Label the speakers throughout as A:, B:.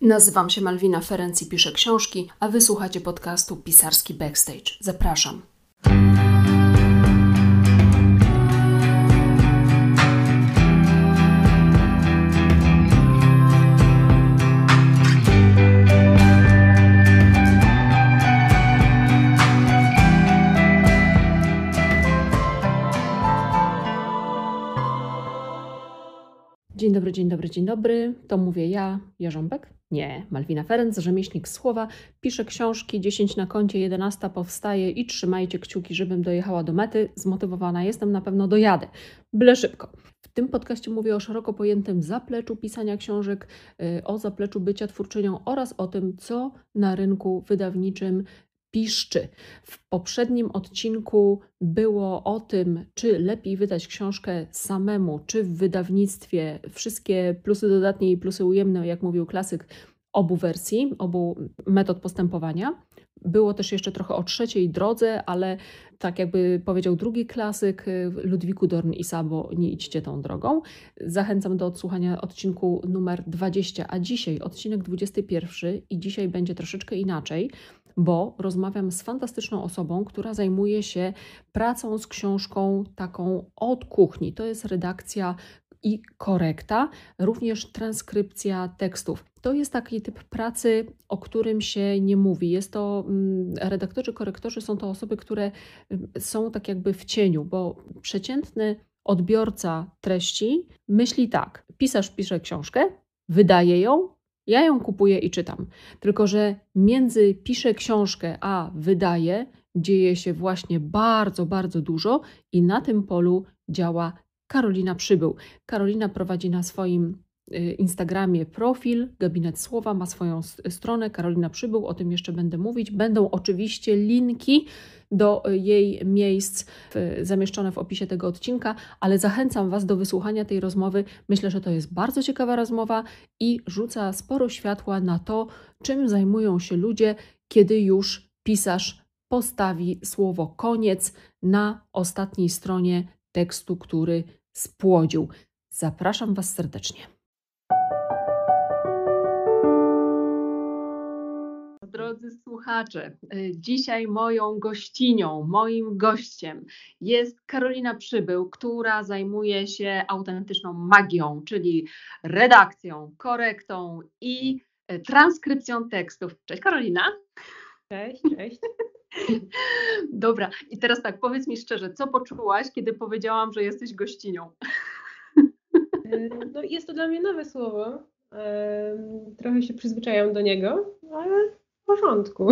A: Nazywam się Malwina Ferenc i piszę książki, a wy słuchacie podcastu Pisarski Backstage. Zapraszam. Dzień dobry. To mówię ja, Jarząbek? Nie, Malwina Ferenc, rzemieślnik słowa. Piszę książki, 10 na koncie, 11 powstaje i trzymajcie kciuki, żebym dojechała do mety. Zmotywowana jestem, na pewno dojadę. Byle szybko. W tym podcaście mówię o szeroko pojętym zapleczu pisania książek, o zapleczu bycia twórczynią oraz o tym, co na rynku wydawniczym piszczy. W poprzednim odcinku było o tym, czy lepiej wydać książkę samemu, czy w wydawnictwie. Wszystkie plusy dodatnie i plusy ujemne, jak mówił klasyk, obu wersji, obu metod postępowania. Było też jeszcze trochę o trzeciej drodze, ale tak jakby powiedział drugi klasyk, Ludwiku Dorn i Sabo, nie idźcie tą drogą. Zachęcam do odsłuchania odcinku numer 20, a dzisiaj odcinek 21 i dzisiaj będzie troszeczkę inaczej, bo rozmawiam z fantastyczną osobą, która zajmuje się pracą z książką taką od kuchni. To jest redakcja i korekta, również transkrypcja tekstów. To jest taki typ pracy, o którym się nie mówi. Jest to redaktorzy, korektorzy są to osoby, które są tak jakby w cieniu, bo przeciętny odbiorca treści myśli tak: pisarz pisze książkę, wydaje ją, ja ją kupuję i czytam. Tylko że między piszę książkę a wydaje dzieje się właśnie bardzo, bardzo dużo i na tym polu działa Karolina Przybył. Karolina prowadzi na swoim Instagramie profil Gabinet Słowa, ma swoją stronę Karolina Przybył, o tym jeszcze będę mówić. Będą oczywiście linki do jej miejsc zamieszczone w opisie tego odcinka, ale zachęcam Was do wysłuchania tej rozmowy. Myślę, że to jest bardzo ciekawa rozmowa i rzuca sporo światła na to, czym zajmują się ludzie, kiedy już pisarz postawi słowo koniec na ostatniej stronie tekstu, który spłodził. Zapraszam Was serdecznie. Drodzy słuchacze, dzisiaj moją gościnią, moim gościem jest Karolina Przybył, która zajmuje się autentyczną magią, czyli redakcją, korektą i transkrypcją tekstów. Cześć Karolina.
B: Cześć.
A: Dobra, i teraz tak, powiedz mi szczerze, co poczułaś, kiedy powiedziałam, że jesteś gościnią?
B: No, jest to dla mnie nowe słowo. Trochę się przyzwyczajam do niego, ale w porządku.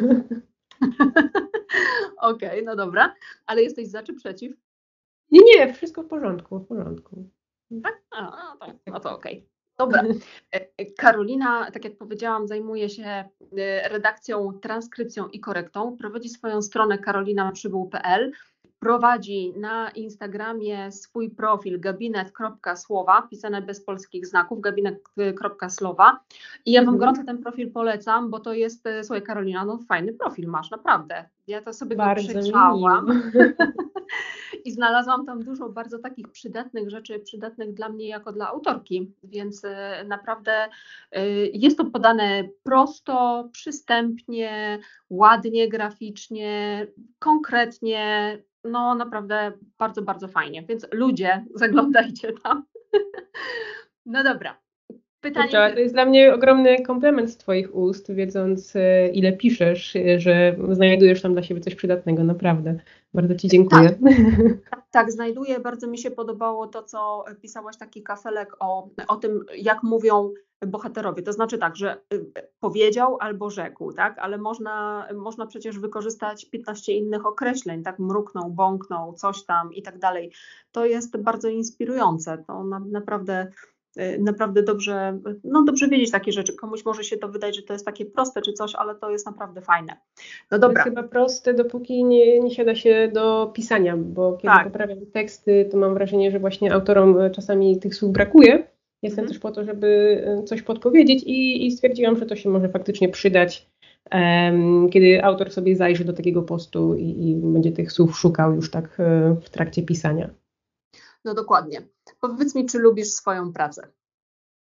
A: Okej, no dobra, ale jesteś za czy przeciw?
B: Nie, wszystko w porządku.
A: Tak? Tak. No to okej. Dobra. Karolina, tak jak powiedziałam, zajmuje się redakcją, transkrypcją i korektą. Prowadzi swoją stronę karolinaprzybył.pl. Prowadzi na Instagramie swój profil gabinet.słowa, pisane bez polskich znaków, gabinet.słowa. I ja Wam gorąco ten profil polecam, bo to jest, słuchaj Karolina, no fajny profil masz, naprawdę. Ja to sobie go przejrzałam i znalazłam tam dużo bardzo takich przydatnych rzeczy, przydatnych dla mnie jako dla autorki, więc naprawdę jest to podane prosto, przystępnie, ładnie, graficznie, konkretnie. No naprawdę bardzo, bardzo fajnie, więc ludzie, zaglądajcie tam. No dobra, pytanie.
B: To jest dla mnie ogromny komplement z Twoich ust, wiedząc ile piszesz, że znajdujesz tam dla siebie coś przydatnego, naprawdę. Bardzo Ci dziękuję.
A: Tak, znajduję, bardzo mi się podobało to, co pisałaś, taki kafelek o tym, jak mówią bohaterowie. To znaczy tak, że powiedział albo rzekł, tak, ale można przecież wykorzystać 15 innych określeń, tak, mruknął, bąknął, coś tam i tak dalej. To jest bardzo inspirujące, to naprawdę dobrze wiedzieć takie rzeczy. Komuś może się to wydać, że to jest takie proste czy coś, ale to jest naprawdę fajne. No dobra.
B: To jest chyba proste, dopóki nie siada się do pisania, bo kiedy poprawiam teksty, to mam wrażenie, że właśnie autorom czasami tych słów brakuje. Jestem też po to, żeby coś podpowiedzieć i stwierdziłam, że to się może faktycznie przydać, kiedy autor sobie zajrzy do takiego postu i będzie tych słów szukał już tak w trakcie pisania.
A: No dokładnie. Powiedz mi, czy lubisz swoją pracę?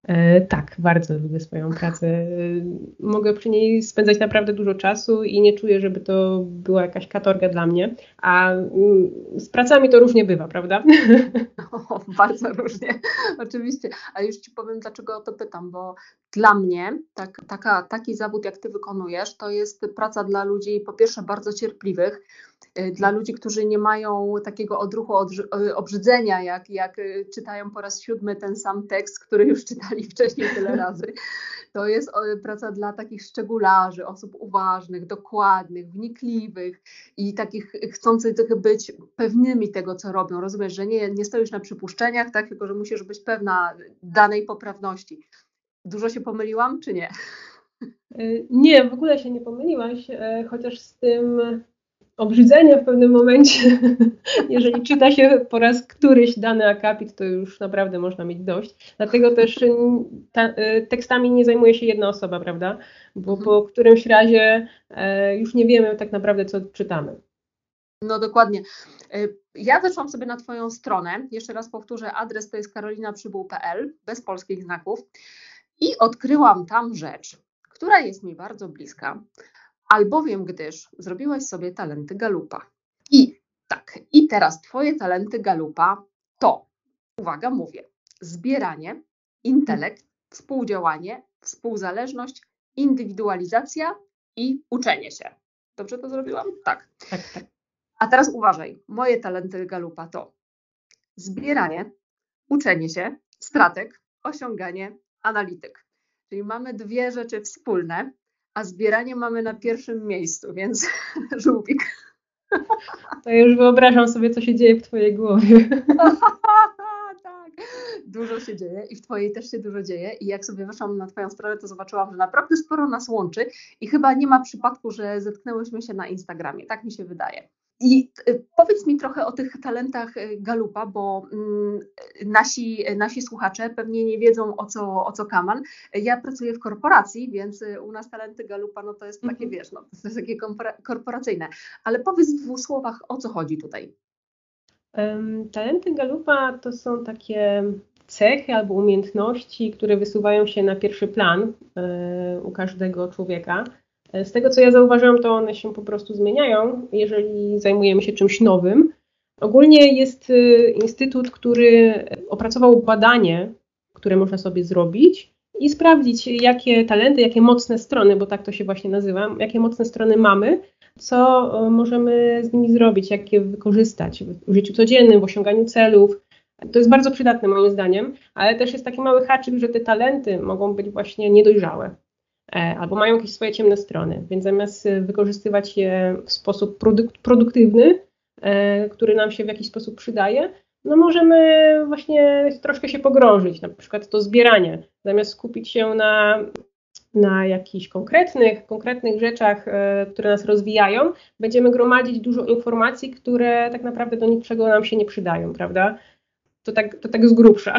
B: Tak, bardzo lubię swoją pracę. Mogę przy niej spędzać naprawdę dużo czasu i nie czuję, żeby to była jakaś katorga dla mnie. A z pracami to różnie bywa, prawda?
A: O, bardzo różnie, oczywiście. A już Ci powiem, dlaczego o to pytam, bo dla mnie taki zawód, jak Ty wykonujesz, to jest praca dla ludzi, po pierwsze, bardzo cierpliwych, dla ludzi, którzy nie mają takiego odruchu obrzydzenia, jak czytają po raz 7 ten sam tekst, który już czytali wcześniej tyle razy. To jest praca dla takich szczegularzy, osób uważnych, dokładnych, wnikliwych i takich chcących być pewnymi tego, co robią. Rozumiesz, że nie stoisz na przypuszczeniach, tak, tylko że musisz być pewna danej poprawności. Dużo się pomyliłam, czy nie?
B: Nie, w ogóle się nie pomyliłaś, chociaż z tym obrzydzeniem w pewnym momencie, jeżeli czyta się po raz któryś dany akapit, to już naprawdę można mieć dość. Dlatego też tekstami nie zajmuje się jedna osoba, prawda? Bo po którymś razie już nie wiemy tak naprawdę, co czytamy.
A: No dokładnie. Ja weszłam sobie na Twoją stronę, jeszcze raz powtórzę, adres to jest karolinaprzybył.pl, bez polskich znaków i odkryłam tam rzecz, która jest mi bardzo bliska, albowiem gdyż zrobiłaś sobie talenty Galupa. I tak, i teraz Twoje talenty Galupa to, uwaga, mówię, zbieranie, intelekt, współdziałanie, współzależność, indywidualizacja i uczenie się. Dobrze to zrobiłam? Tak.
B: Tak, tak.
A: A teraz uważaj, moje talenty Galupa to zbieranie, uczenie się, stratek, osiąganie, analityk. Czyli mamy dwie rzeczy wspólne, a zbieranie mamy na pierwszym miejscu, więc żółwik.
B: To ja już wyobrażam sobie, co się dzieje w Twojej głowie.
A: Tak, dużo się dzieje i w Twojej też się dużo dzieje i jak sobie weszłam na Twoją stronę, to zobaczyłam, że naprawdę sporo nas łączy i chyba nie ma przypadku, że zetknęłyśmy się na Instagramie, tak mi się wydaje. I powiedz mi trochę o tych talentach Galupa, bo nasi słuchacze pewnie nie wiedzą o co kaman. Ja pracuję w korporacji, więc u nas talenty Galupa no to jest takie, wiesz, no, to jest takie korporacyjne. Ale powiedz w 2 słowach, o co chodzi tutaj.
B: Talenty Galupa to są takie cechy albo umiejętności, które wysuwają się na pierwszy plan u każdego człowieka. Z tego, co ja zauważyłam, to one się po prostu zmieniają, jeżeli zajmujemy się czymś nowym. Ogólnie jest instytut, który opracował badanie, które można sobie zrobić i sprawdzić, jakie talenty, jakie mocne strony, bo tak to się właśnie nazywa, jakie mocne strony mamy, co możemy z nimi zrobić, jak je wykorzystać w życiu codziennym, w osiąganiu celów. To jest bardzo przydatne moim zdaniem, ale też jest taki mały haczyk, że te talenty mogą być właśnie niedojrzałe albo mają jakieś swoje ciemne strony, więc zamiast wykorzystywać je w sposób produktywny, który nam się w jakiś sposób przydaje, no możemy właśnie troszkę się pogrążyć, na przykład to zbieranie, zamiast skupić się na jakichś konkretnych rzeczach, które nas rozwijają, będziemy gromadzić dużo informacji, które tak naprawdę do niczego nam się nie przydają, prawda? To tak z grubsza.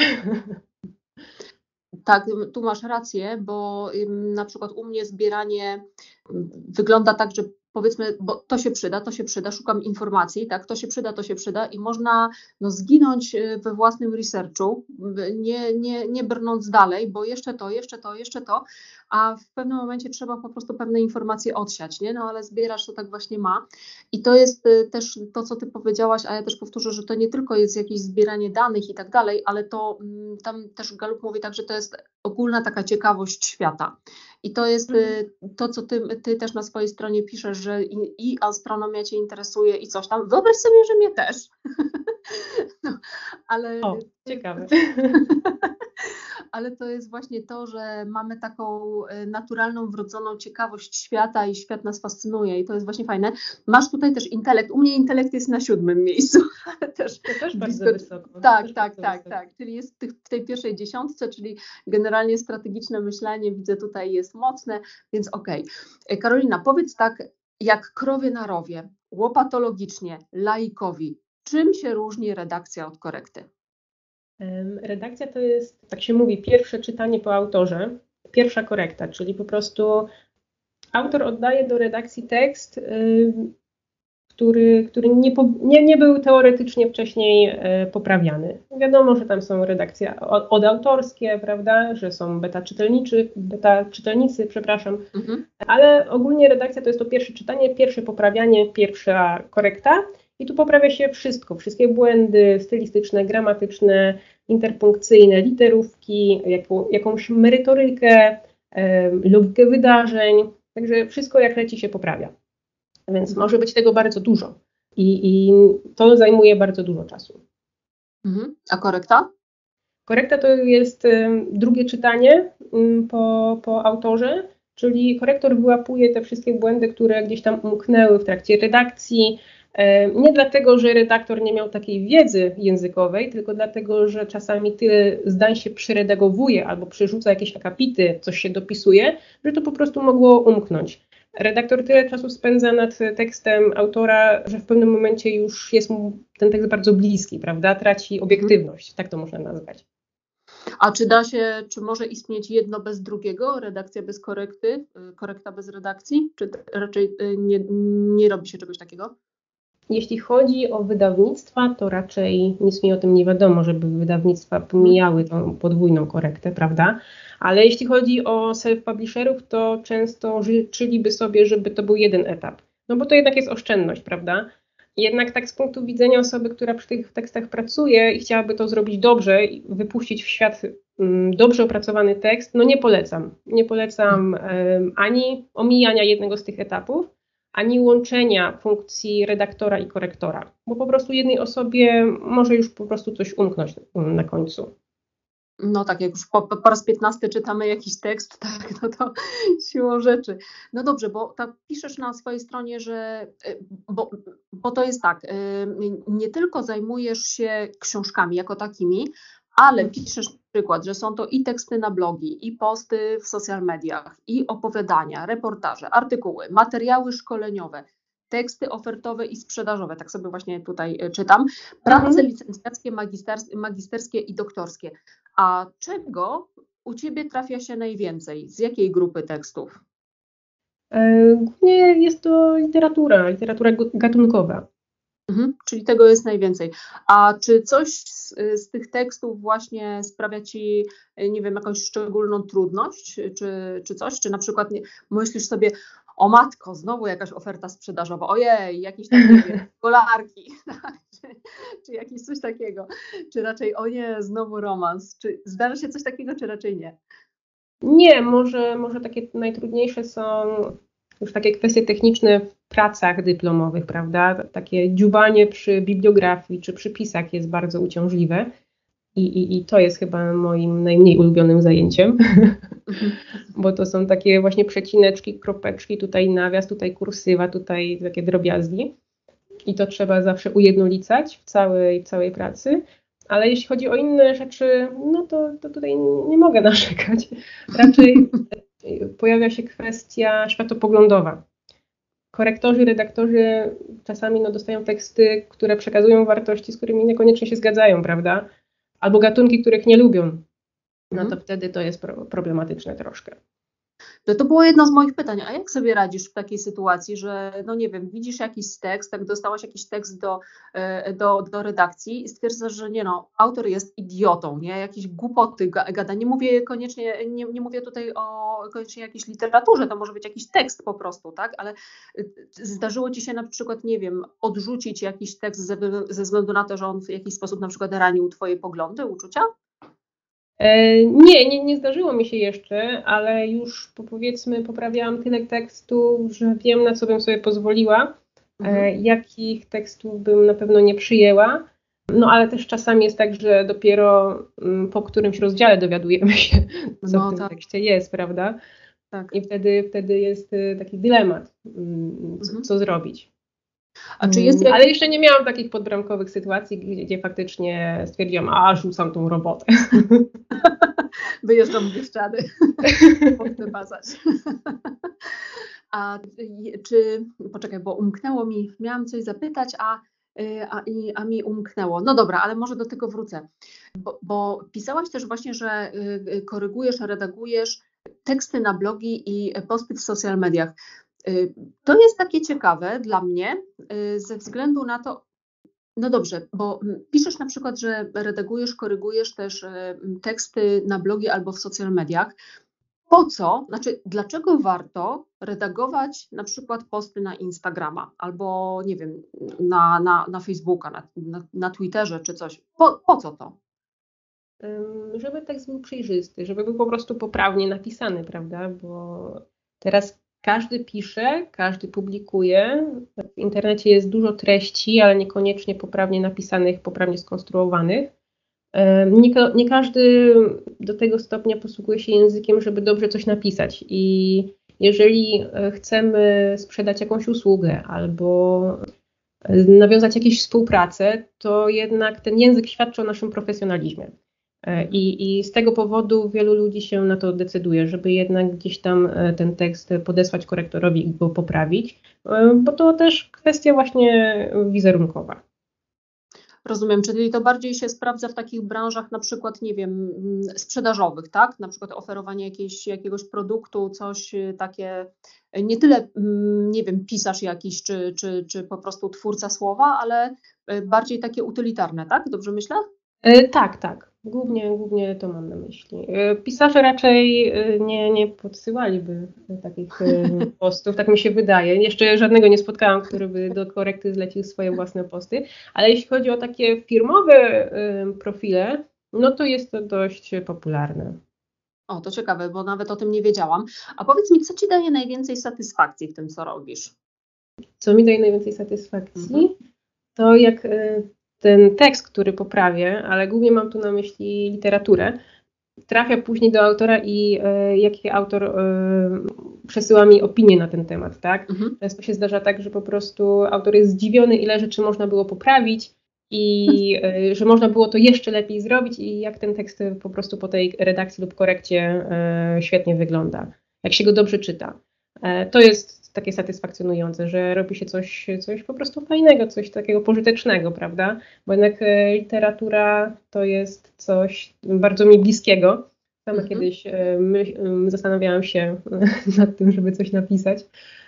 A: Tak, tu masz rację, bo na przykład u mnie zbieranie wygląda tak, że powiedzmy, bo to się przyda, szukam informacji, tak, to się przyda i można zginąć we własnym researchu, nie brnąć dalej, bo jeszcze to, a w pewnym momencie trzeba po prostu pewne informacje odsiać, nie? No ale zbierasz to tak właśnie ma i to jest też to, co Ty powiedziałaś, a ja też powtórzę, że to nie tylko jest jakieś zbieranie danych i tak dalej, ale to tam też Galup mówi tak, że to jest ogólna taka ciekawość świata. I to jest to, co ty też na swojej stronie piszesz, że i astronomia Cię interesuje i coś tam. Wyobraź sobie, że mnie też. No, ale
B: ciekawe.
A: Ale to jest właśnie to, że mamy taką naturalną, wrodzoną ciekawość świata i świat nas fascynuje i to jest właśnie fajne. Masz tutaj też intelekt. U mnie intelekt jest na 7 miejscu. Ale też
B: bardzo wysoko.
A: Tak. Czyli jest w tej pierwszej 10, czyli generalnie strategiczne myślenie widzę tutaj jest mocne, więc okej. Karolina, powiedz tak, jak krowie na rowie, łopatologicznie, laikowi, czym się różni redakcja od korekty?
B: Redakcja to jest, tak się mówi, pierwsze czytanie po autorze, pierwsza korekta, czyli po prostu autor oddaje do redakcji tekst, który nie był teoretycznie wcześniej poprawiany. Wiadomo, że tam są redakcje odautorskie, prawda, że są beta czytelnicy, przepraszam, ale ogólnie redakcja to jest to pierwsze czytanie, pierwsze poprawianie, pierwsza korekta i tu poprawia się wszystko, wszystkie błędy stylistyczne, gramatyczne, interpunkcyjne, literówki, jakąś merytorykę, logikę wydarzeń, także wszystko jak leci się poprawia. Więc może być tego bardzo dużo i to zajmuje bardzo dużo czasu.
A: A korekta?
B: Korekta to jest drugie czytanie po autorze, czyli korektor wyłapuje te wszystkie błędy, które gdzieś tam umknęły w trakcie redakcji. Nie dlatego, że redaktor nie miał takiej wiedzy językowej, tylko dlatego, że czasami tyle zdań się przeredagowuje albo przerzuca jakieś akapity, coś się dopisuje, że to po prostu mogło umknąć. Redaktor tyle czasu spędza nad tekstem autora, że w pewnym momencie już jest mu ten tekst bardzo bliski, prawda? Traci obiektywność, tak to można nazwać.
A: A czy może istnieć jedno bez drugiego? Redakcja bez korekty, korekta bez redakcji? Czy raczej nie robi się czegoś takiego?
B: Jeśli chodzi o wydawnictwa, to raczej nic mi o tym nie wiadomo, żeby wydawnictwa pomijały tą podwójną korektę, prawda? Ale jeśli chodzi o self-publisherów, to często życzyliby sobie, żeby to był jeden etap. No bo to jednak jest oszczędność, prawda? Jednak tak z punktu widzenia osoby, która przy tych tekstach pracuje i chciałaby to zrobić dobrze i wypuścić w świat dobrze opracowany tekst, no nie polecam. Nie polecam ani omijania jednego z tych etapów, ani łączenia funkcji redaktora i korektora, bo po prostu jednej osobie może już po prostu coś umknąć na końcu.
A: No tak, jak już po raz 15 czytamy jakiś tekst, tak, no to siłą rzeczy. No dobrze, bo tak piszesz na swojej stronie, że, bo to jest tak, nie tylko zajmujesz się książkami jako takimi, ale piszesz na przykład, że są to i teksty na blogi, i posty w social mediach, i opowiadania, reportaże, artykuły, materiały szkoleniowe, teksty ofertowe i sprzedażowe, tak sobie właśnie tutaj czytam, prace licencjackie, magisterskie i doktorskie. A czego u Ciebie trafia się najwięcej? Z jakiej grupy tekstów?
B: Głównie jest to literatura gatunkowa.
A: Czyli tego jest najwięcej. A czy coś z tych tekstów właśnie sprawia Ci, nie wiem, jakąś szczególną trudność, czy coś? Czy na przykład myślisz sobie, o matko, znowu jakaś oferta sprzedażowa, ojej, jakieś tam, nie wiem, kolarki, czy jakieś coś takiego, czy raczej, o nie, znowu romans, czy zdarza się coś takiego, czy raczej nie?
B: Nie, może takie najtrudniejsze są już takie kwestie techniczne w pracach dyplomowych, prawda? Takie dziubanie przy bibliografii czy przypisach jest bardzo uciążliwe i to jest chyba moim najmniej ulubionym zajęciem, bo to są takie właśnie przecineczki, kropeczki, tutaj nawias, tutaj kursywa, tutaj takie drobiazgi i to trzeba zawsze ujednolicać w całej pracy. Ale jeśli chodzi o inne rzeczy, no to tutaj nie mogę narzekać. Raczej pojawia się kwestia światopoglądowa. Korektorzy, redaktorzy czasami dostają teksty, które przekazują wartości, z którymi niekoniecznie się zgadzają, prawda? Albo gatunki, których nie lubią. No to wtedy to jest problematyczne troszkę.
A: To było jedno z moich pytań. A jak sobie radzisz w takiej sytuacji, że no nie wiem, widzisz jakiś tekst, tak dostałaś jakiś tekst do redakcji i stwierdzasz, że nie no, autor jest idiotą, nie? Jakieś głupoty gada. Nie mówię koniecznie, nie mówię tutaj o koniecznie jakiejś literaturze, to może być jakiś tekst po prostu, tak? Ale zdarzyło Ci się na przykład, nie wiem, odrzucić jakiś tekst ze względu na to, że on w jakiś sposób na przykład ranił Twoje poglądy, uczucia?
B: Nie zdarzyło mi się jeszcze, ale już powiedzmy poprawiałam tyle tekstów, że wiem, na co bym sobie pozwoliła, jakich tekstów bym na pewno nie przyjęła. No ale też czasami jest tak, że dopiero po którymś rozdziale dowiadujemy się, co w tym tekście jest, prawda? Tak. I wtedy jest taki dylemat, co zrobić. A czy jest ale jeszcze nie miałam takich podbramkowych sytuacji, gdzie faktycznie stwierdziłam, rzucam tą robotę.
A: Wyjeżdżam w Bieszczady. Podpasać. A czy, poczekaj, bo umknęło mi, miałam coś zapytać, a mi umknęło. No dobra, ale może do tego wrócę. Bo pisałaś też właśnie, że korygujesz, redagujesz teksty na blogi i posty w social mediach. To jest takie ciekawe dla mnie ze względu na to, no dobrze, bo piszesz na przykład, że redagujesz, korygujesz też teksty na blogi albo w social mediach. Po co, znaczy dlaczego warto redagować na przykład posty na Instagrama albo nie wiem, na Facebooka, na Twitterze czy coś? Po co to?
B: Żeby tekst był przejrzysty, żeby był po prostu poprawnie napisany, prawda? Bo teraz każdy pisze, każdy publikuje. W internecie jest dużo treści, ale niekoniecznie poprawnie napisanych, poprawnie skonstruowanych. Nie każdy do tego stopnia posługuje się językiem, żeby dobrze coś napisać. I jeżeli chcemy sprzedać jakąś usługę albo nawiązać jakąś współpracę, to jednak ten język świadczy o naszym profesjonalizmie. I z tego powodu wielu ludzi się na to decyduje, żeby jednak gdzieś tam ten tekst podesłać korektorowi i go poprawić, bo to też kwestia właśnie wizerunkowa.
A: Rozumiem, czyli to bardziej się sprawdza w takich branżach na przykład, nie wiem, sprzedażowych, tak? Na przykład oferowanie jakiegoś produktu, coś takie, nie tyle, nie wiem, pisarz jakiś, czy po prostu twórca słowa, ale bardziej takie utylitarne, tak? Dobrze myślę?
B: Tak. Głównie to mam na myśli. Pisarze raczej nie podsyłaliby takich postów, tak mi się wydaje. Jeszcze żadnego nie spotkałam, który by do korekty zlecił swoje własne posty, ale jeśli chodzi o takie firmowe profile, no to jest to dość popularne.
A: O, to ciekawe, bo nawet o tym nie wiedziałam. A powiedz mi, co Ci daje najwięcej satysfakcji w tym, co robisz?
B: Co mi daje najwięcej satysfakcji, to jak ten tekst, który poprawię, ale głównie mam tu na myśli literaturę, trafia później do autora i jaki autor przesyła mi opinię na ten temat, tak? Często się zdarza tak, że po prostu autor jest zdziwiony, ile rzeczy można było poprawić i że można było to jeszcze lepiej zrobić i jak ten tekst po prostu po tej redakcji lub korekcie świetnie wygląda, jak się go dobrze czyta. To jest takie satysfakcjonujące, że robi się coś po prostu fajnego, coś takiego pożytecznego, prawda? Bo jednak literatura to jest coś bardzo mi bliskiego. Sama kiedyś zastanawiałam się nad tym, żeby coś napisać,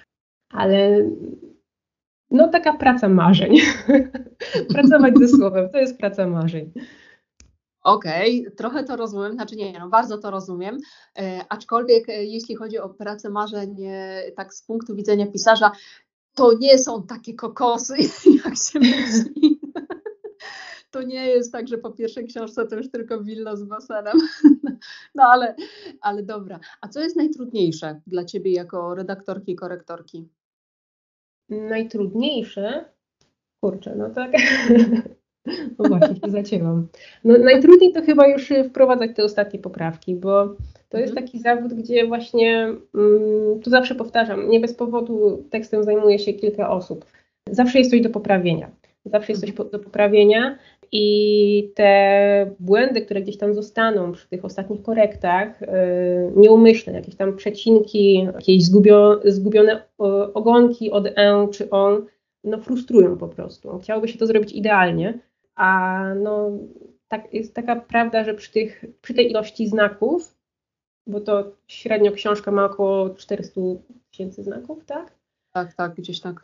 B: ale no taka praca marzeń. Pracować ze słowem, to jest praca marzeń.
A: Okej, trochę to rozumiem, znaczy nie, no bardzo to rozumiem, aczkolwiek jeśli chodzi o pracę marzeń, tak z punktu widzenia pisarza, to nie są takie kokosy, jak się myśli. To nie jest tak, że po pierwszej książce to już tylko willa z basenem. No ale dobra. A co jest najtrudniejsze dla Ciebie jako redaktorki i korektorki?
B: Najtrudniejsze? Kurczę, no tak. No właśnie, się zacięłam. No, najtrudniej to chyba już wprowadzać te ostatnie poprawki, bo to jest taki zawód, gdzie właśnie, tu zawsze powtarzam, nie bez powodu tekstem zajmuje się kilka osób. Zawsze jest coś do poprawienia. Zawsze jest coś do poprawienia i te błędy, które gdzieś tam zostaną przy tych ostatnich korektach, nieumyślne, jakieś tam przecinki, jakieś zgubione ogonki od czy on, no frustrują po prostu. Chciałoby się to zrobić idealnie, a no tak, jest taka prawda, że przy tej ilości znaków, bo to średnio książka ma około 400 000 znaków, tak?
A: Tak, gdzieś tak.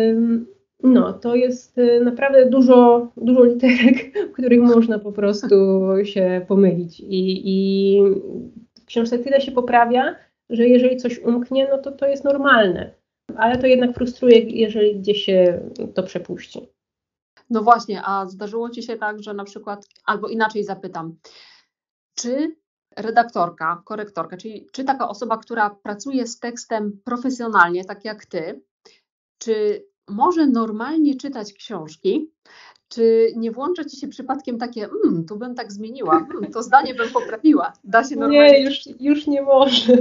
B: No, to jest naprawdę dużo literek, w których można po prostu się pomylić i w książce tyle się poprawia, że jeżeli coś umknie, no to jest normalne, ale to jednak frustruje, jeżeli gdzieś się to przepuści.
A: No właśnie, a zdarzyło Ci się tak, że na przykład, albo inaczej zapytam, czy redaktorka, korektorka, czyli czy taka osoba, która pracuje z tekstem profesjonalnie, tak jak Ty, czy może normalnie czytać książki, czy nie włącza Ci się przypadkiem takie, tu bym tak zmieniła, to zdanie bym poprawiła, da się normalnie?
B: Nie, już nie może.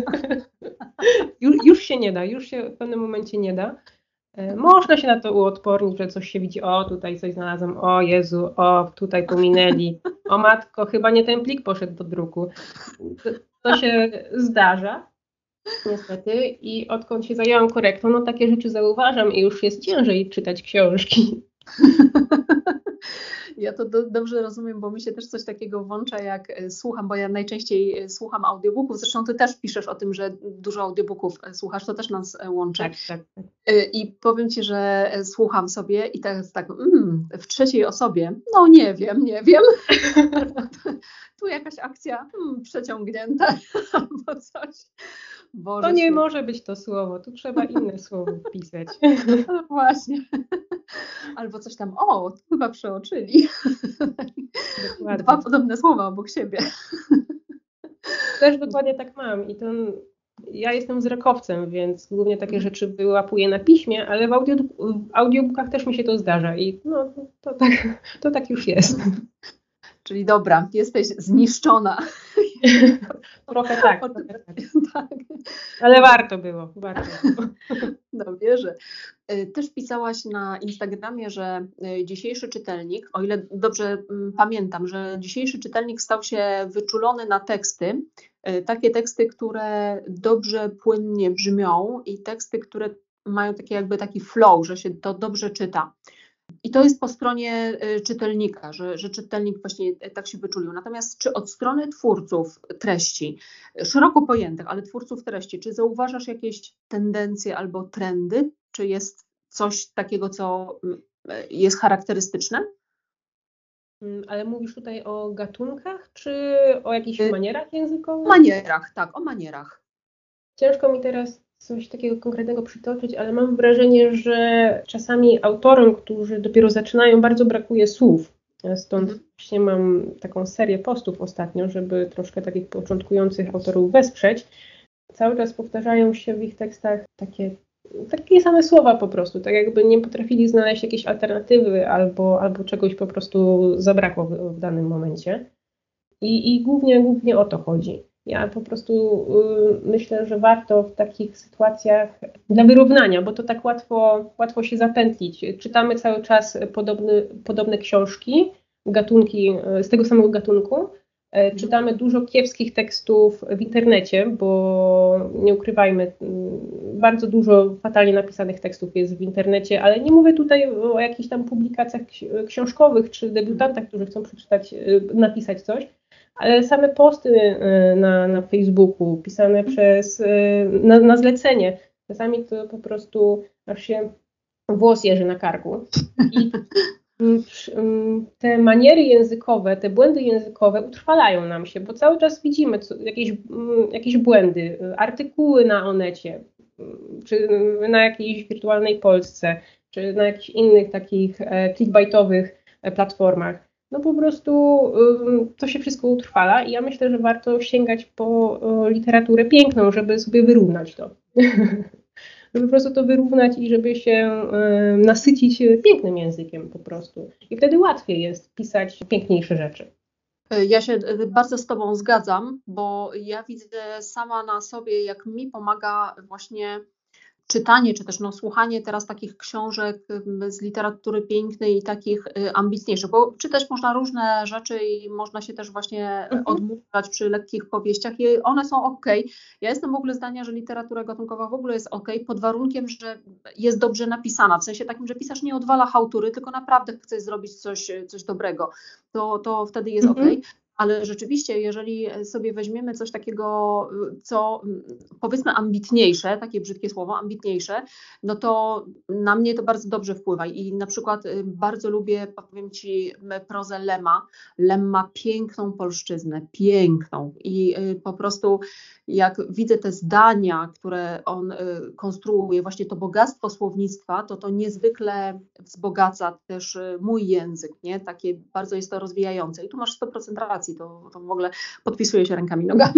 B: Już się nie da, już się w pewnym momencie nie da. Można się na to uodpornić, że coś się widzi, o tutaj coś znalazłam, o Jezu, o tutaj pominęli, o matko, chyba nie ten plik poszedł do druku. To się zdarza, niestety, i odkąd się zajęłam korektą, no takie rzeczy zauważam i już jest ciężej czytać książki.
A: Ja to dobrze rozumiem, bo mi się też coś takiego włącza, jak słucham, bo ja najczęściej słucham audiobooków. Zresztą ty też piszesz o tym, że dużo audiobooków słuchasz, to też nas łączy.
B: Tak.
A: I powiem ci, że słucham sobie i tak w trzeciej osobie, no nie wiem. Tu jakaś akcja przeciągnięta albo coś. Boże
B: To nie
A: święty.
B: może być to słowo, tu trzeba inne słowo wpisać.
A: No właśnie. Albo coś tam, tu chyba przeoczyli.
B: Dokładnie.
A: 2 podobne słowa obok siebie.
B: Też dokładnie tak mam i ja jestem wzrokowcem, więc głównie takie rzeczy wyłapuję na piśmie, ale w audiobookach też mi się to zdarza i no, to tak już jest.
A: Czyli dobra, jesteś zniszczona.
B: Trochę tak. Ale warto było.
A: No wierzę. Też pisałaś na Instagramie, że dzisiejszy czytelnik, o ile dobrze pamiętam, że dzisiejszy czytelnik stał się wyczulony na teksty, takie teksty, które dobrze, płynnie brzmią i teksty, które mają taki flow, że się to dobrze czyta. I to jest po stronie czytelnika, że czytelnik właśnie tak się wyczulił. Natomiast czy od strony twórców treści, szeroko pojętych, ale twórców treści, czy zauważasz jakieś tendencje albo trendy? Czy jest coś takiego, co jest charakterystyczne?
B: Ale mówisz tutaj o gatunkach, czy o jakichś manierach językowych?
A: Manierach, tak, o manierach.
B: Ciężko mi teraz coś takiego konkretnego przytoczyć, ale mam wrażenie, że czasami autorom, którzy dopiero zaczynają, bardzo brakuje słów. Stąd właśnie mam taką serię postów ostatnio, żeby troszkę takich początkujących autorów wesprzeć. Cały czas powtarzają się w ich tekstach takie same słowa po prostu, tak jakby nie potrafili znaleźć jakiejś alternatywy albo czegoś po prostu zabrakło w danym momencie. I głównie o to chodzi. Ja po prostu myślę, że warto w takich sytuacjach dla wyrównania, bo to tak łatwo się zapętlić. Czytamy cały czas podobne książki, gatunki z tego samego gatunku. Czytamy dużo kiepskich tekstów w internecie, bo nie ukrywajmy, bardzo dużo fatalnie napisanych tekstów jest w internecie, ale nie mówię tutaj o jakichś tam publikacjach książkowych czy debiutantach, którzy chcą napisać coś, ale same posty na Facebooku pisane na zlecenie, czasami to po prostu aż się włos jeży na karku. I te maniery językowe, te błędy językowe utrwalają nam się, bo cały czas widzimy jakieś błędy, artykuły na Onecie, czy na jakiejś wirtualnej Polsce, czy na jakichś innych takich clickbaitowych platformach. No po prostu to się wszystko utrwala i ja myślę, że warto sięgać po literaturę piękną, żeby sobie wyrównać to. Żeby po prostu to wyrównać i żeby się nasycić pięknym językiem po prostu. I wtedy łatwiej jest pisać piękniejsze rzeczy.
A: Ja się bardzo z Tobą zgadzam, bo ja widzę sama na sobie, jak mi pomaga właśnie czytanie, czy też słuchanie teraz takich książek z literatury pięknej i takich ambitniejszych, bo czytać można różne rzeczy i można się też właśnie odmurzać przy lekkich powieściach i one są okej. Ja jestem w ogóle zdania, że literatura gatunkowa w ogóle jest okej, pod warunkiem, że jest dobrze napisana, w sensie takim, że pisarz nie odwala chałtury, tylko naprawdę chce zrobić coś dobrego, to wtedy jest okej. Ale rzeczywiście, jeżeli sobie weźmiemy coś takiego, co powiedzmy ambitniejsze, takie brzydkie słowo, ambitniejsze, no to na mnie to bardzo dobrze wpływa. I na przykład bardzo lubię, powiem Ci, prozę Lemma. Lem ma piękną polszczyznę, piękną. I po prostu jak widzę te zdania, które on konstruuje, właśnie to bogactwo słownictwa, to niezwykle wzbogaca też mój język, nie? Takie bardzo jest to rozwijające. I tu masz 100% racji, to w ogóle podpisuję się rękami i nogami.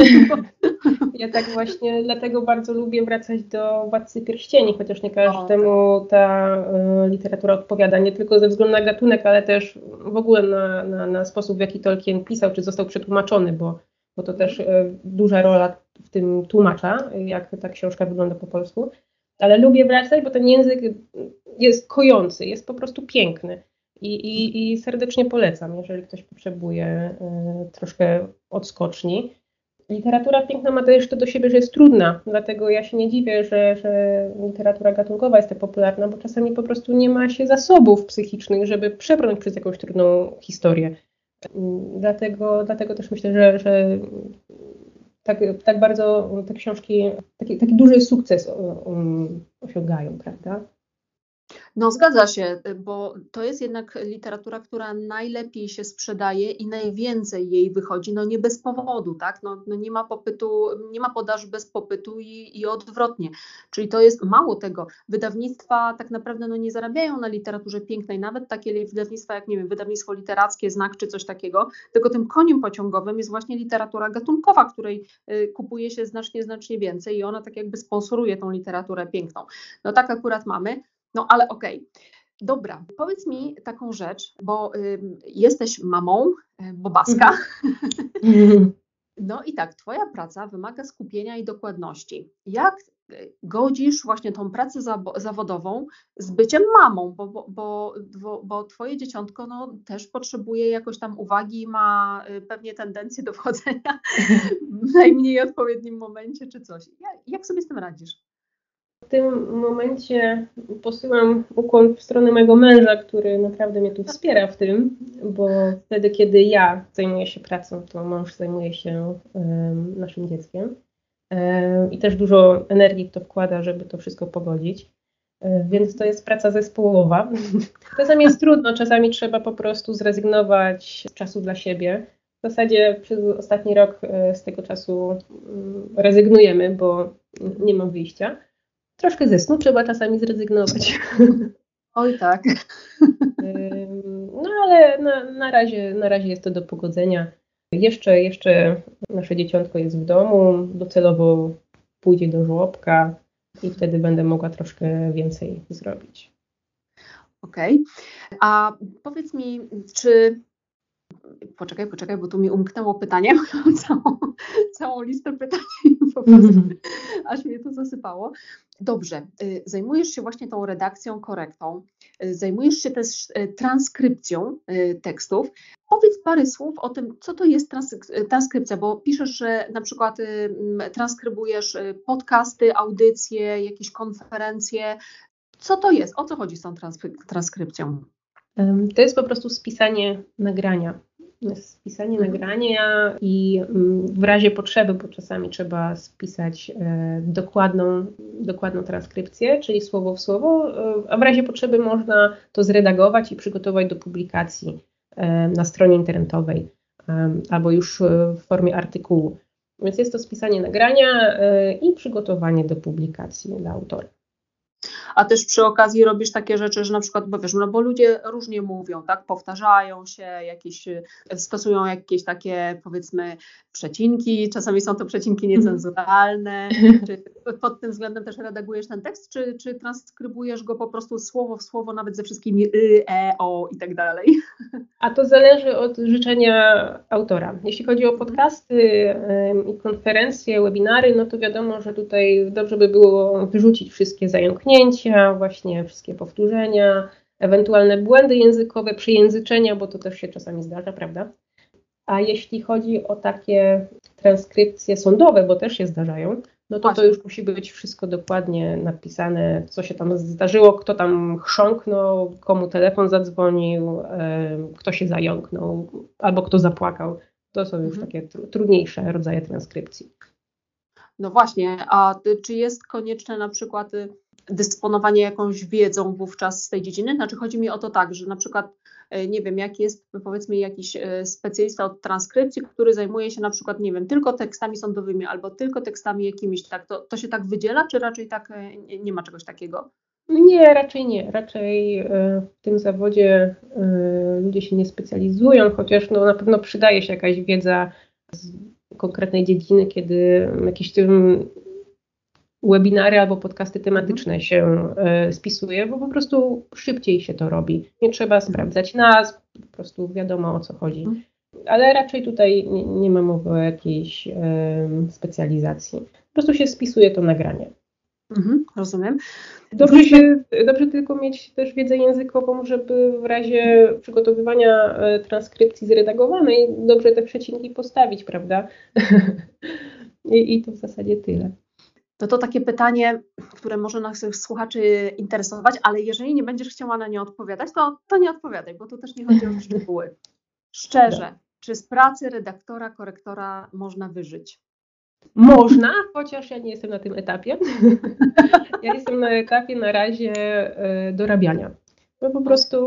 B: Ja tak właśnie dlatego bardzo lubię wracać do Władcy Pierścieni, chociaż nie każdemu ta literatura odpowiada, nie tylko ze względu na gatunek, ale też w ogóle na sposób, w jaki Tolkien pisał, czy został przetłumaczony, bo to też duża rola w tym tłumacza, jak ta książka wygląda po polsku. Ale lubię wracać, bo ten język jest kojący, jest po prostu piękny. I serdecznie polecam, jeżeli ktoś potrzebuje troszkę odskoczni. Literatura piękna ma też to do siebie, że jest trudna, dlatego ja się nie dziwię, że literatura gatunkowa jest tak popularna, bo czasami po prostu nie ma się zasobów psychicznych, żeby przebrnąć przez jakąś trudną historię. Dlatego też myślę, że tak bardzo te książki taki duży sukces osiągają, prawda?
A: No zgadza się, bo to jest jednak literatura, która najlepiej się sprzedaje i najwięcej jej wychodzi, no nie bez powodu, tak? No nie ma popytu, nie ma podaży bez popytu i odwrotnie. Czyli to jest mało tego. Wydawnictwa tak naprawdę no nie zarabiają na literaturze pięknej, nawet takie wydawnictwa jak, nie wiem, wydawnictwo literackie, Znak czy coś takiego, tylko tym koniem pociągowym jest właśnie literatura gatunkowa, której kupuje się znacznie więcej i ona tak jakby sponsoruje tą literaturę piękną. No tak akurat mamy. No ale okej. Dobra, powiedz mi taką rzecz, bo jesteś mamą Bobaska. No i tak, twoja praca wymaga skupienia i dokładności. Jak godzisz właśnie tą pracę zawodową z byciem mamą, bo twoje dzieciątko no, też potrzebuje jakoś tam uwagi, ma pewnie tendencję do wchodzenia w najmniej odpowiednim momencie czy coś. Jak sobie z tym radzisz?
B: W tym momencie posyłam ukłon w stronę mojego męża, który naprawdę mnie tu wspiera w tym, bo wtedy, kiedy ja zajmuję się pracą, to mąż zajmuje się naszym dzieckiem i też dużo energii w to wkłada, żeby to wszystko pogodzić. Więc to jest praca zespołowa. Czasami jest trudno, czasami trzeba po prostu zrezygnować z czasu dla siebie. W zasadzie przez ostatni rok z tego czasu rezygnujemy, bo nie mam wyjścia. Troszkę ze snu trzeba czasami zrezygnować.
A: Oj tak.
B: No ale na razie jest to do pogodzenia. Jeszcze nasze dzieciątko jest w domu, docelowo pójdzie do żłobka i wtedy będę mogła troszkę więcej zrobić.
A: Okej. A powiedz mi, czy... Poczekaj, bo tu mi umknęło pytanie. Całą listę pytań po prostu, aż mnie to zasypało. Dobrze, zajmujesz się właśnie tą redakcją, korektą, zajmujesz się też transkrypcją tekstów. Powiedz parę słów o tym, co to jest transkrypcja, bo piszesz, że na przykład transkrybujesz podcasty, audycje, jakieś konferencje. Co to jest? O co chodzi z tą transkrypcją?
B: To jest po prostu spisanie nagrania. Spisanie nagrania i w razie potrzeby, bo czasami trzeba spisać dokładną transkrypcję, czyli słowo w słowo, a w razie potrzeby można to zredagować i przygotować do publikacji na stronie internetowej albo już w formie artykułu. Więc jest to spisanie nagrania i przygotowanie do publikacji dla autora.
A: A też przy okazji robisz takie rzeczy, że na przykład, bo wiesz, no bo ludzie różnie mówią, tak, powtarzają się, stosują jakieś takie, powiedzmy, przecinki, czasami są to przecinki niecenzuralne. Czy pod tym względem też redagujesz ten tekst, czy transkrybujesz go po prostu słowo w słowo, nawet ze wszystkimi o i tak dalej?
B: A to zależy od życzenia autora. Jeśli chodzi o podcasty i konferencje, webinary, no to wiadomo, że tutaj dobrze by było wyrzucić wszystkie zająknięcia, właśnie wszystkie powtórzenia, ewentualne błędy językowe, przejęzyczenia, bo to też się czasami zdarza, prawda? A jeśli chodzi o takie transkrypcje sądowe, bo też się zdarzają, no to już musi być wszystko dokładnie napisane, co się tam zdarzyło, kto tam chrząknął, komu telefon zadzwonił, kto się zająknął, albo kto zapłakał. To są już takie trudniejsze rodzaje transkrypcji.
A: No właśnie, a czy jest konieczne na przykład dysponowanie jakąś wiedzą wówczas z tej dziedziny? Znaczy chodzi mi o to tak, że na przykład, nie wiem, jak jest powiedzmy jakiś specjalista od transkrypcji, który zajmuje się na przykład, nie wiem, tylko tekstami sądowymi albo tylko tekstami jakimiś, tak, to się tak wydziela, czy raczej tak nie ma czegoś takiego?
B: Nie, raczej nie. Raczej w tym zawodzie ludzie się nie specjalizują, chociaż no, na pewno przydaje się jakaś wiedza z konkretnej dziedziny, kiedy jakieś webinary albo podcasty tematyczne się spisuje, bo po prostu szybciej się to robi. Nie trzeba sprawdzać nazw, po prostu wiadomo o co chodzi. Ale raczej tutaj nie ma mowy o jakiejś specjalizacji. Po prostu się spisuje to nagranie.
A: Rozumiem.
B: Dobrze tylko mieć też wiedzę językową, żeby w razie przygotowywania transkrypcji zredagowanej dobrze te przecinki postawić, prawda? I to w zasadzie tyle.
A: To takie pytanie, które może naszych słuchaczy interesować, ale jeżeli nie będziesz chciała na nie odpowiadać, to nie odpowiadaj, bo tu też nie chodzi o szczegóły. Szczerze, czy z pracy redaktora, korektora można wyżyć?
B: Można, chociaż ja nie jestem na tym etapie. Ja jestem na etapie na razie dorabiania. Bo po prostu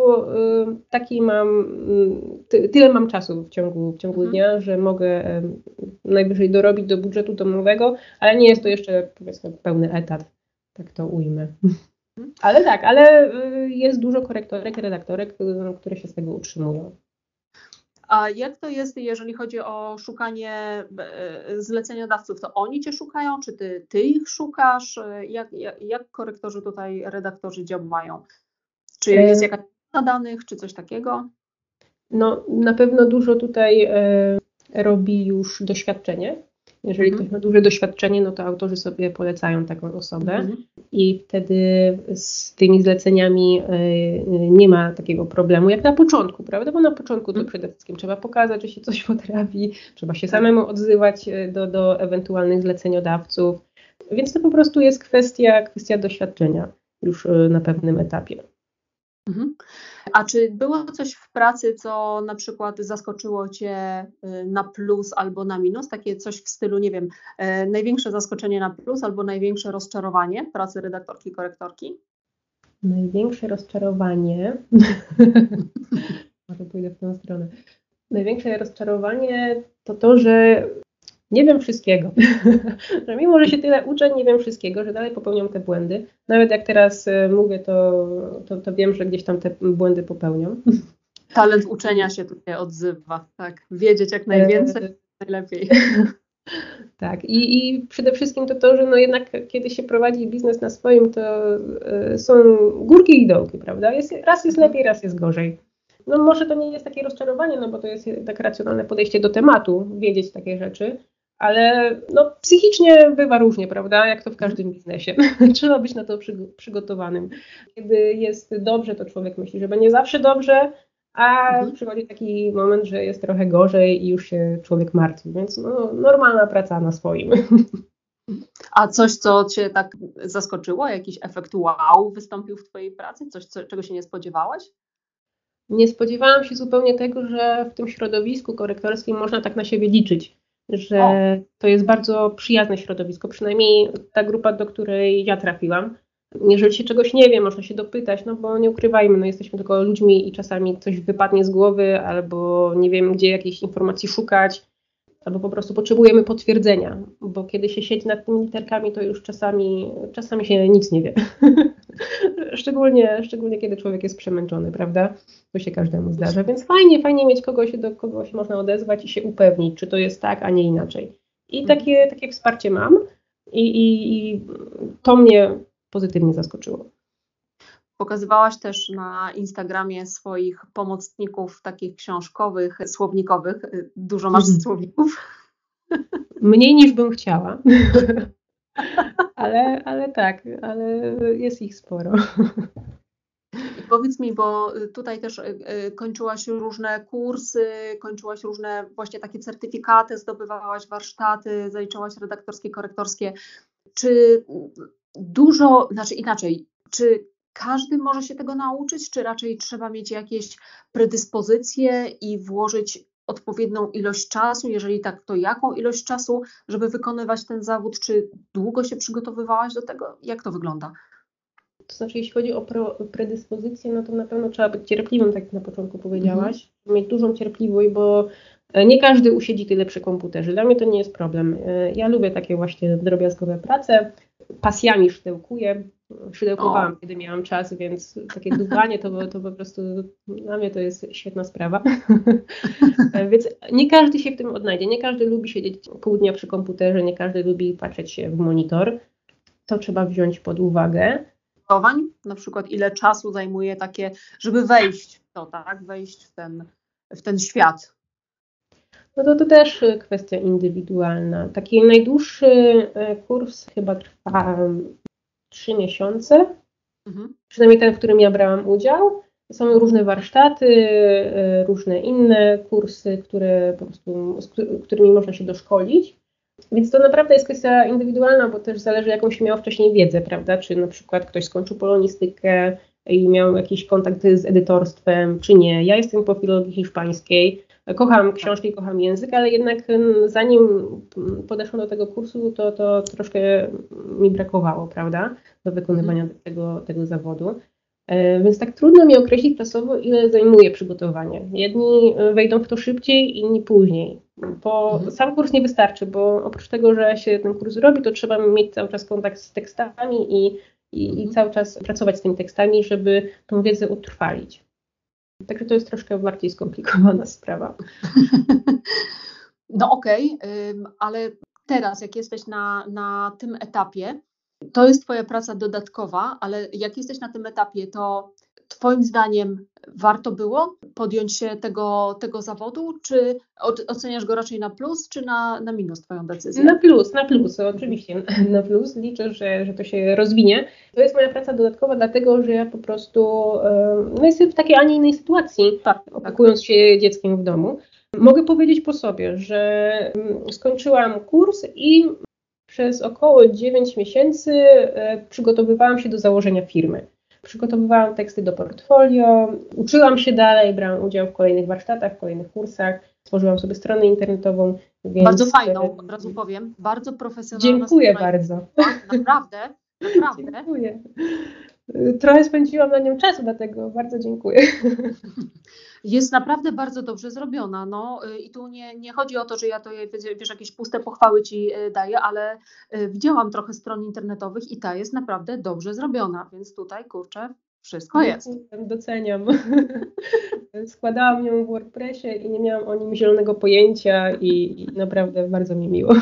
B: tyle mam czasu w ciągu dnia, że mogę najwyżej dorobić do budżetu domowego, ale nie jest to jeszcze, powiedzmy, pełny etat, tak to ujmę. Ale jest dużo korektorek, redaktorek, które się z tego utrzymują.
A: A jak to jest, jeżeli chodzi o szukanie zleceniodawców? To oni Cię szukają, czy Ty ich szukasz? Jak korektorzy tutaj, redaktorzy działają? Czy jest jakaś baza danych, czy coś takiego?
B: No, na pewno dużo tutaj robi już doświadczenie. Jeżeli ktoś ma duże doświadczenie, no to autorzy sobie polecają taką osobę i wtedy z tymi zleceniami nie ma takiego problemu jak na początku, prawda? Bo na początku to przede wszystkim trzeba pokazać, że się coś potrafi, trzeba się samemu odzywać do ewentualnych zleceniodawców, więc to po prostu jest kwestia doświadczenia już na pewnym etapie.
A: A czy było coś w pracy, co na przykład zaskoczyło Cię na plus albo na minus? Takie coś w stylu, nie wiem, największe zaskoczenie na plus albo największe rozczarowanie pracy redaktorki, korektorki?
B: Największe rozczarowanie, może pójdę w tę stronę. Największe rozczarowanie to, że nie wiem wszystkiego. Że mimo, że się tyle uczę, nie wiem wszystkiego, że dalej popełniam te błędy. Nawet jak teraz mówię, to wiem, że gdzieś tam te błędy popełniam.
A: Talent uczenia się tutaj odzywa, tak. Wiedzieć jak najwięcej, najlepiej.
B: Tak. I przede wszystkim to, że no jednak kiedy się prowadzi biznes na swoim, to są górki i dołki, prawda? Raz jest lepiej, raz jest gorzej. No może to nie jest takie rozczarowanie, no bo to jest tak racjonalne podejście do tematu, wiedzieć takie rzeczy, ale no psychicznie bywa różnie, prawda? Jak to w każdym biznesie. Trzeba być na to przygotowanym. Kiedy jest dobrze, to człowiek myśli, że będzie zawsze dobrze, a przychodzi taki moment, że jest trochę gorzej i już się człowiek martwi, więc no, normalna praca na swoim.
A: A coś, co Cię tak zaskoczyło? Jakiś efekt wow wystąpił w Twojej pracy? Coś, czego się nie spodziewałaś?
B: Nie spodziewałam się zupełnie tego, że w tym środowisku korektorskim można tak na siebie liczyć, że to jest bardzo przyjazne środowisko, przynajmniej ta grupa, do której ja trafiłam. Jeżeli się czegoś nie wie, można się dopytać, no bo nie ukrywajmy, no jesteśmy tylko ludźmi i czasami coś wypadnie z głowy, albo nie wiem, gdzie jakiejś informacji szukać, albo po prostu potrzebujemy potwierdzenia, bo kiedy się siedzi nad tymi literkami, to już czasami się nic nie wie. Szczególnie kiedy człowiek jest przemęczony, prawda? To się każdemu zdarza, więc fajnie mieć kogoś, do kogo się można odezwać i się upewnić, czy to jest tak, a nie inaczej. I takie wsparcie mam i to mnie pozytywnie zaskoczyło.
A: Pokazywałaś też na Instagramie swoich pomocników takich książkowych, słownikowych. Dużo masz słowników?
B: Mniej niż bym chciała. ale tak, ale jest ich sporo.
A: I powiedz mi, bo tutaj też kończyłaś różne kursy, kończyłaś różne właśnie takie certyfikaty, zdobywałaś warsztaty, zaliczyłaś redaktorskie, korektorskie. Czy czy każdy może się tego nauczyć, czy raczej trzeba mieć jakieś predyspozycje i włożyć odpowiednią ilość czasu? Jeżeli tak, to jaką ilość czasu, żeby wykonywać ten zawód? Czy długo się przygotowywałaś do tego? Jak to wygląda?
B: To znaczy, jeśli chodzi o predyspozycję, no to na pewno trzeba być cierpliwym, tak jak na początku powiedziałaś. Mieć dużą cierpliwość, bo nie każdy usiedzi tyle przy komputerze. Dla mnie to nie jest problem. Ja lubię takie właśnie drobiazgowe prace. Pasjami szydełkuję. Szydełkowałam, kiedy miałam czas, więc takie dubanie to po prostu dla mnie to jest świetna sprawa. Więc nie każdy się w tym odnajdzie. Nie każdy lubi siedzieć pół dnia przy komputerze, nie każdy lubi patrzeć się w monitor. To trzeba wziąć pod uwagę.
A: Na przykład ile czasu zajmuje takie, żeby wejść w to, tak? Wejść w ten świat.
B: No to też kwestia indywidualna. Taki najdłuższy kurs chyba trwa 3 miesiące,
A: Mhm.
B: przynajmniej ten, w którym ja brałam udział. Są różne warsztaty, różne inne kursy, które po prostu, którymi można się doszkolić. Więc to naprawdę jest kwestia indywidualna, bo też zależy, jaką się miał wcześniej wiedzę, prawda? Czy na przykład ktoś skończył polonistykę i miał jakiś kontakt z edytorstwem, czy nie. Ja jestem po filologii hiszpańskiej, kocham książki, kocham język, ale jednak zanim podeszłam do tego kursu, to troszkę mi brakowało, prawda? Do wykonywania tego zawodu. Więc tak trudno mi określić czasowo, ile zajmuje przygotowanie. Jedni wejdą w to szybciej, inni później. Bo sam kurs nie wystarczy, bo oprócz tego, że się ten kurs robi, to trzeba mieć cały czas kontakt z tekstami i cały czas pracować z tymi tekstami, żeby tą wiedzę utrwalić. Także to jest troszkę bardziej skomplikowana sprawa.
A: No okej, ale teraz jak jesteś na tym etapie, to jest Twoja praca dodatkowa, ale jak jesteś na tym etapie, to Twoim zdaniem warto było podjąć się tego zawodu, czy oceniasz go raczej na plus, czy na minus Twoją decyzję?
B: Na plus, oczywiście na plus. Liczę, że to się rozwinie. To jest moja praca dodatkowa, dlatego że ja po prostu jestem w takiej, a nie innej sytuacji, opiekując się dzieckiem w domu. Mogę powiedzieć po sobie, że skończyłam kurs i przez około 9 miesięcy przygotowywałam się do założenia firmy. Przygotowywałam teksty do portfolio, uczyłam się dalej, brałam udział w kolejnych warsztatach, w kolejnych kursach, stworzyłam sobie stronę internetową. Więc...
A: Bardzo fajną, od razu powiem, bardzo profesjonalna.
B: Dziękuję bardzo.
A: Naprawdę.
B: Dziękuję. Trochę spędziłam na nią czasu, dlatego bardzo dziękuję.
A: Jest naprawdę bardzo dobrze zrobiona. No i tu nie chodzi o to, że ja to jakieś puste pochwały Ci daję, ale widziałam trochę stron internetowych i ta jest naprawdę dobrze zrobiona, więc tutaj kurczę, wszystko jest.
B: Doceniam. Składałam ją w WordPressie i nie miałam o nim zielonego pojęcia i naprawdę bardzo mi miło.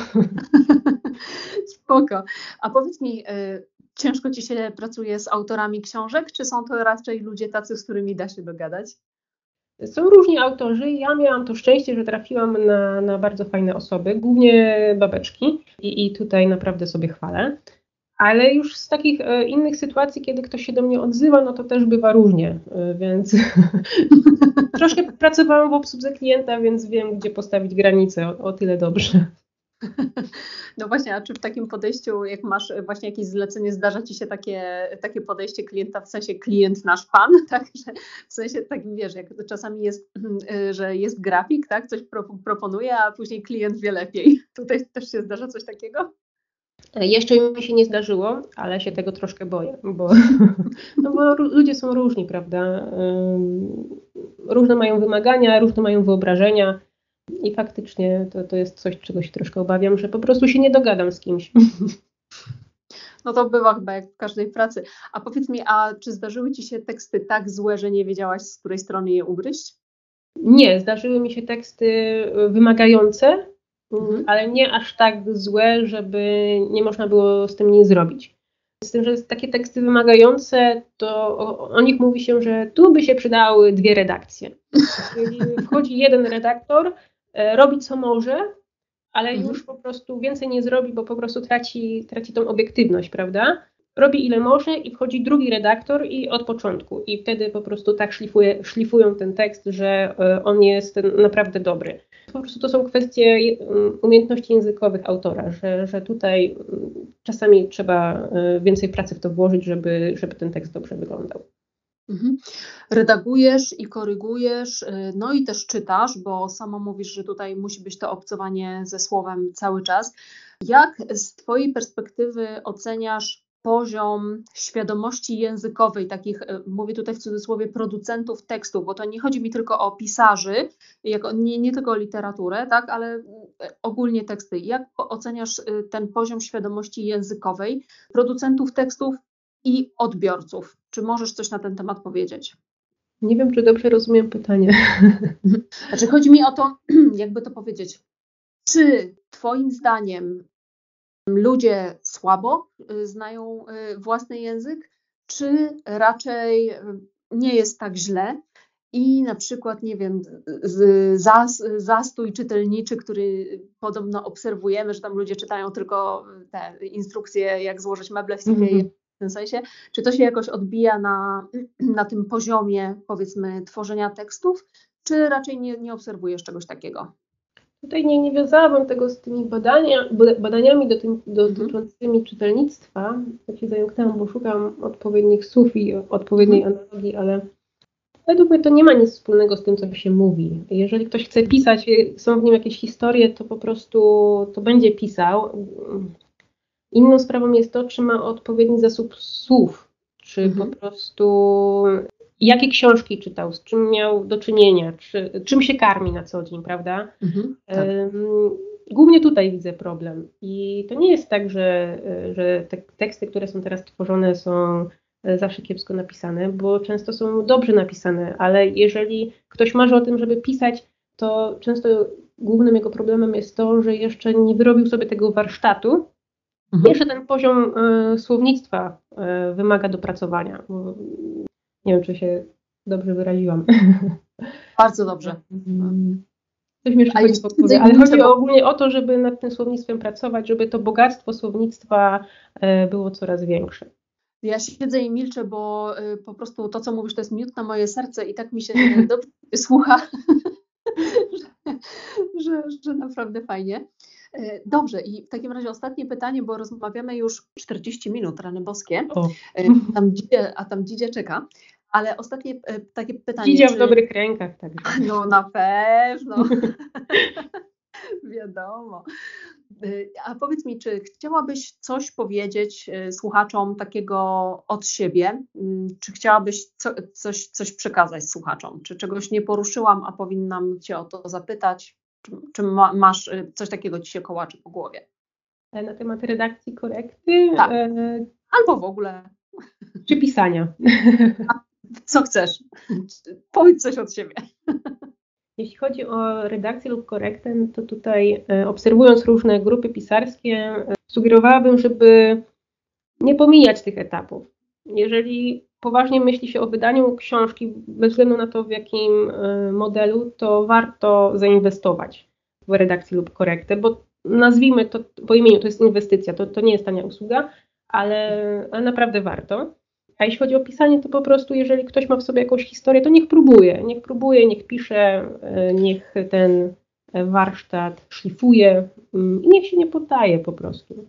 A: Spoko. A powiedz mi, ciężko Ci się pracuje z autorami książek, czy są to raczej ludzie tacy, z którymi da się dogadać?
B: Są różni autorzy. Ja miałam to szczęście, że trafiłam na bardzo fajne osoby, głównie babeczki i tutaj naprawdę sobie chwalę. Ale już z takich innych sytuacji, kiedy ktoś się do mnie odzywa, no to też bywa różnie, więc troszkę pracowałam w obsłudze klienta, więc wiem, gdzie postawić granicę, o tyle dobrze.
A: No właśnie, a czy w takim podejściu, jak masz właśnie jakieś zlecenie, zdarza Ci się takie podejście klienta, w sensie klient nasz pan, tak? Że w sensie takim, wiesz, jak czasami jest, że jest grafik, tak? Coś proponuje, a później klient wie lepiej. Tutaj też się zdarza coś takiego?
B: Jeszcze mi się nie zdarzyło, ale się tego troszkę boję, bo ludzie są różni, prawda? Różne mają wymagania, różne mają wyobrażenia i faktycznie to jest coś, czego się troszkę obawiam, że po prostu się nie dogadam z kimś.
A: No to bywa chyba jak w każdej pracy. A powiedz mi, a czy zdarzyły Ci się teksty tak złe, że nie wiedziałaś, z której strony je ugryźć?
B: Nie, zdarzyły mi się teksty wymagające, ale nie aż tak złe, żeby nie można było z tym nic zrobić. Z tym, że takie teksty wymagające, to o nich mówi się, że tu by się przydały 2 redakcje. Czyli wchodzi jeden redaktor, robi co może, ale już po prostu więcej nie zrobi, bo po prostu traci tą obiektywność, prawda? Robi ile może i wchodzi drugi redaktor i od początku. I wtedy po prostu tak szlifują ten tekst, że on jest naprawdę dobry. Po prostu to są kwestie umiejętności językowych autora, że tutaj czasami trzeba więcej pracy w to włożyć, żeby ten tekst dobrze wyglądał.
A: Redagujesz i korygujesz, no i też czytasz, bo sama mówisz, że tutaj musi być to obcowanie ze słowem cały czas. Jak z Twojej perspektywy oceniasz poziom świadomości językowej, takich, mówię tutaj w cudzysłowie, producentów tekstów, bo to nie chodzi mi tylko o pisarzy, nie tylko o literaturę, tak, ale ogólnie teksty. Jak oceniasz ten poziom świadomości językowej producentów tekstów i odbiorców? Czy możesz coś na ten temat powiedzieć?
B: Nie wiem, czy dobrze rozumiem pytanie.
A: Znaczy, chodzi mi o to, jakby to powiedzieć, czy Twoim zdaniem ludzie słabo znają własny język, czy raczej nie jest tak źle i na przykład, nie wiem, zastój czytelniczy, który podobno obserwujemy, że tam ludzie czytają tylko te instrukcje, jak złożyć meble w sypie, tym sensie? Czy to się jakoś odbija na tym poziomie, powiedzmy, tworzenia tekstów, czy raczej nie obserwujesz czegoś takiego?
B: Tutaj nie wiązałabym tego z tymi badaniami dotyczącymi czytelnictwa. Tak się zająknęłam, bo szukam odpowiednich słów i odpowiedniej analogii, ale według mnie to nie ma nic wspólnego z tym, co się mówi. Jeżeli ktoś chce pisać, są w nim jakieś historie, to po prostu to będzie pisał. Inną sprawą jest to, czy ma odpowiedni zasób słów, czy po prostu jakie książki czytał, z czym miał do czynienia, czym się karmi na co dzień, prawda?
A: Tak.
B: Głównie tutaj widzę problem. I to nie jest tak, że te teksty, które są teraz tworzone, są zawsze kiepsko napisane, bo często są dobrze napisane, ale jeżeli ktoś marzy o tym, żeby pisać, to często głównym jego problemem jest to, że jeszcze nie wyrobił sobie tego warsztatu. Jeszcze ten poziom słownictwa wymaga dopracowania. Nie wiem, czy się dobrze wyraziłam.
A: Bardzo dobrze.
B: Coś mi jeszcze chodzi podpowie, ale chodzi ogólnie o to, żeby nad tym słownictwem pracować, żeby to bogactwo słownictwa było coraz większe.
A: Ja siedzę i milczę, bo po prostu to, co mówisz, to jest miód na moje serce i tak mi się dobrze słucha, że naprawdę fajnie. Dobrze, i w takim razie ostatnie pytanie, bo rozmawiamy już 40 minut, rany boskie, tam Dzidzia czeka, ale ostatnie takie pytanie.
B: Dzidzia w dobrych rękach. Także.
A: No na pewno, wiadomo. A powiedz mi, czy chciałabyś coś powiedzieć słuchaczom takiego od siebie? Czy chciałabyś coś przekazać słuchaczom? Czy czegoś nie poruszyłam, a powinnam Cię o to zapytać? Czy masz coś takiego Ci się kołaczy po głowie?
B: Na temat redakcji korekty?
A: Tak. Albo w ogóle.
B: Czy pisania?
A: Co chcesz? Powiedz coś od siebie.
B: Jeśli chodzi o redakcję lub korektę, to tutaj obserwując różne grupy pisarskie, sugerowałabym, żeby nie pomijać tych etapów. Jeżeli poważnie myśli się o wydaniu książki, bez względu na to, w jakim modelu, to warto zainwestować w redakcję lub korektę, bo nazwijmy to po imieniu, to jest inwestycja, to nie jest tania usługa, ale naprawdę warto. A jeśli chodzi o pisanie, to po prostu jeżeli ktoś ma w sobie jakąś historię, to niech próbuje, niech pisze, niech ten warsztat szlifuje i niech się nie poddaje po prostu.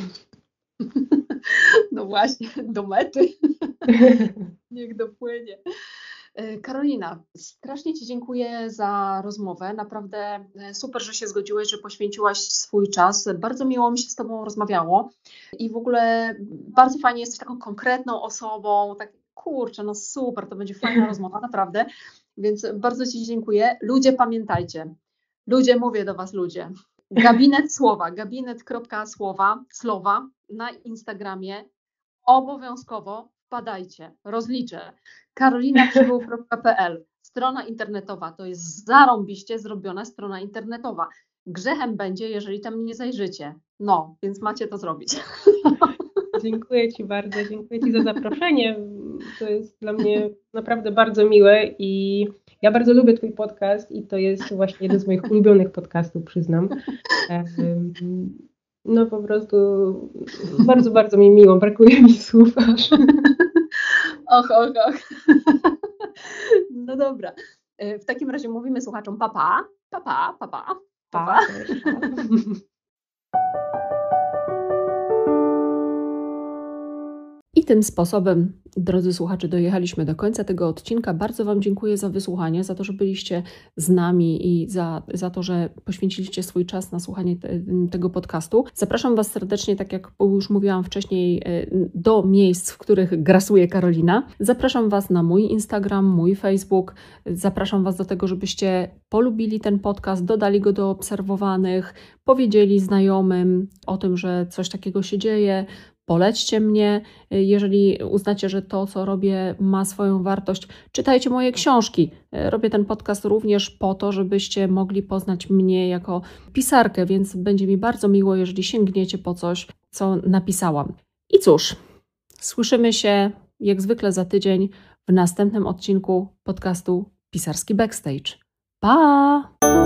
A: No właśnie, do mety. Niech dopłynie. Karolina, strasznie Ci dziękuję za rozmowę. Naprawdę super, że się zgodziłeś, że poświęciłaś swój czas. Bardzo miło mi się z Tobą rozmawiało i w ogóle bardzo fajnie jesteś taką konkretną osobą. Tak, kurczę, no super, to będzie fajna rozmowa, naprawdę. Więc bardzo Ci dziękuję. Ludzie, pamiętajcie. Ludzie, mówię do Was, ludzie. Gabinet Słowa, gabinet.słowa na Instagramie. Obowiązkowo wpadajcie, rozliczę. karolinaprzybył.pl. Strona internetowa, to jest zarąbiście zrobiona strona internetowa. Grzechem będzie, jeżeli tam nie zajrzycie. No, więc macie to zrobić.
B: Dziękuję Ci bardzo, dziękuję Ci za zaproszenie. To jest dla mnie naprawdę bardzo miłe i ja bardzo lubię Twój podcast i to jest właśnie jeden z moich ulubionych podcastów, przyznam. No po prostu bardzo, bardzo mi miło, brakuje mi słów aż.
A: Och. No dobra. W takim razie mówimy słuchaczom pa. I tym sposobem, drodzy słuchacze, dojechaliśmy do końca tego odcinka. Bardzo Wam dziękuję za wysłuchanie, za to, że byliście z nami i za to, że poświęciliście swój czas na słuchanie tego podcastu. Zapraszam Was serdecznie, tak jak już mówiłam wcześniej, do miejsc, w których grasuje Karolina. Zapraszam Was na mój Instagram, mój Facebook. Zapraszam Was do tego, żebyście polubili ten podcast, dodali go do obserwowanych, powiedzieli znajomym o tym, że coś takiego się dzieje. Polećcie mnie, jeżeli uznacie, że to, co robię, ma swoją wartość. Czytajcie moje książki. Robię ten podcast również po to, żebyście mogli poznać mnie jako pisarkę, więc będzie mi bardzo miło, jeżeli sięgniecie po coś, co napisałam. I cóż, słyszymy się jak zwykle za tydzień w następnym odcinku podcastu Pisarski Backstage. Pa!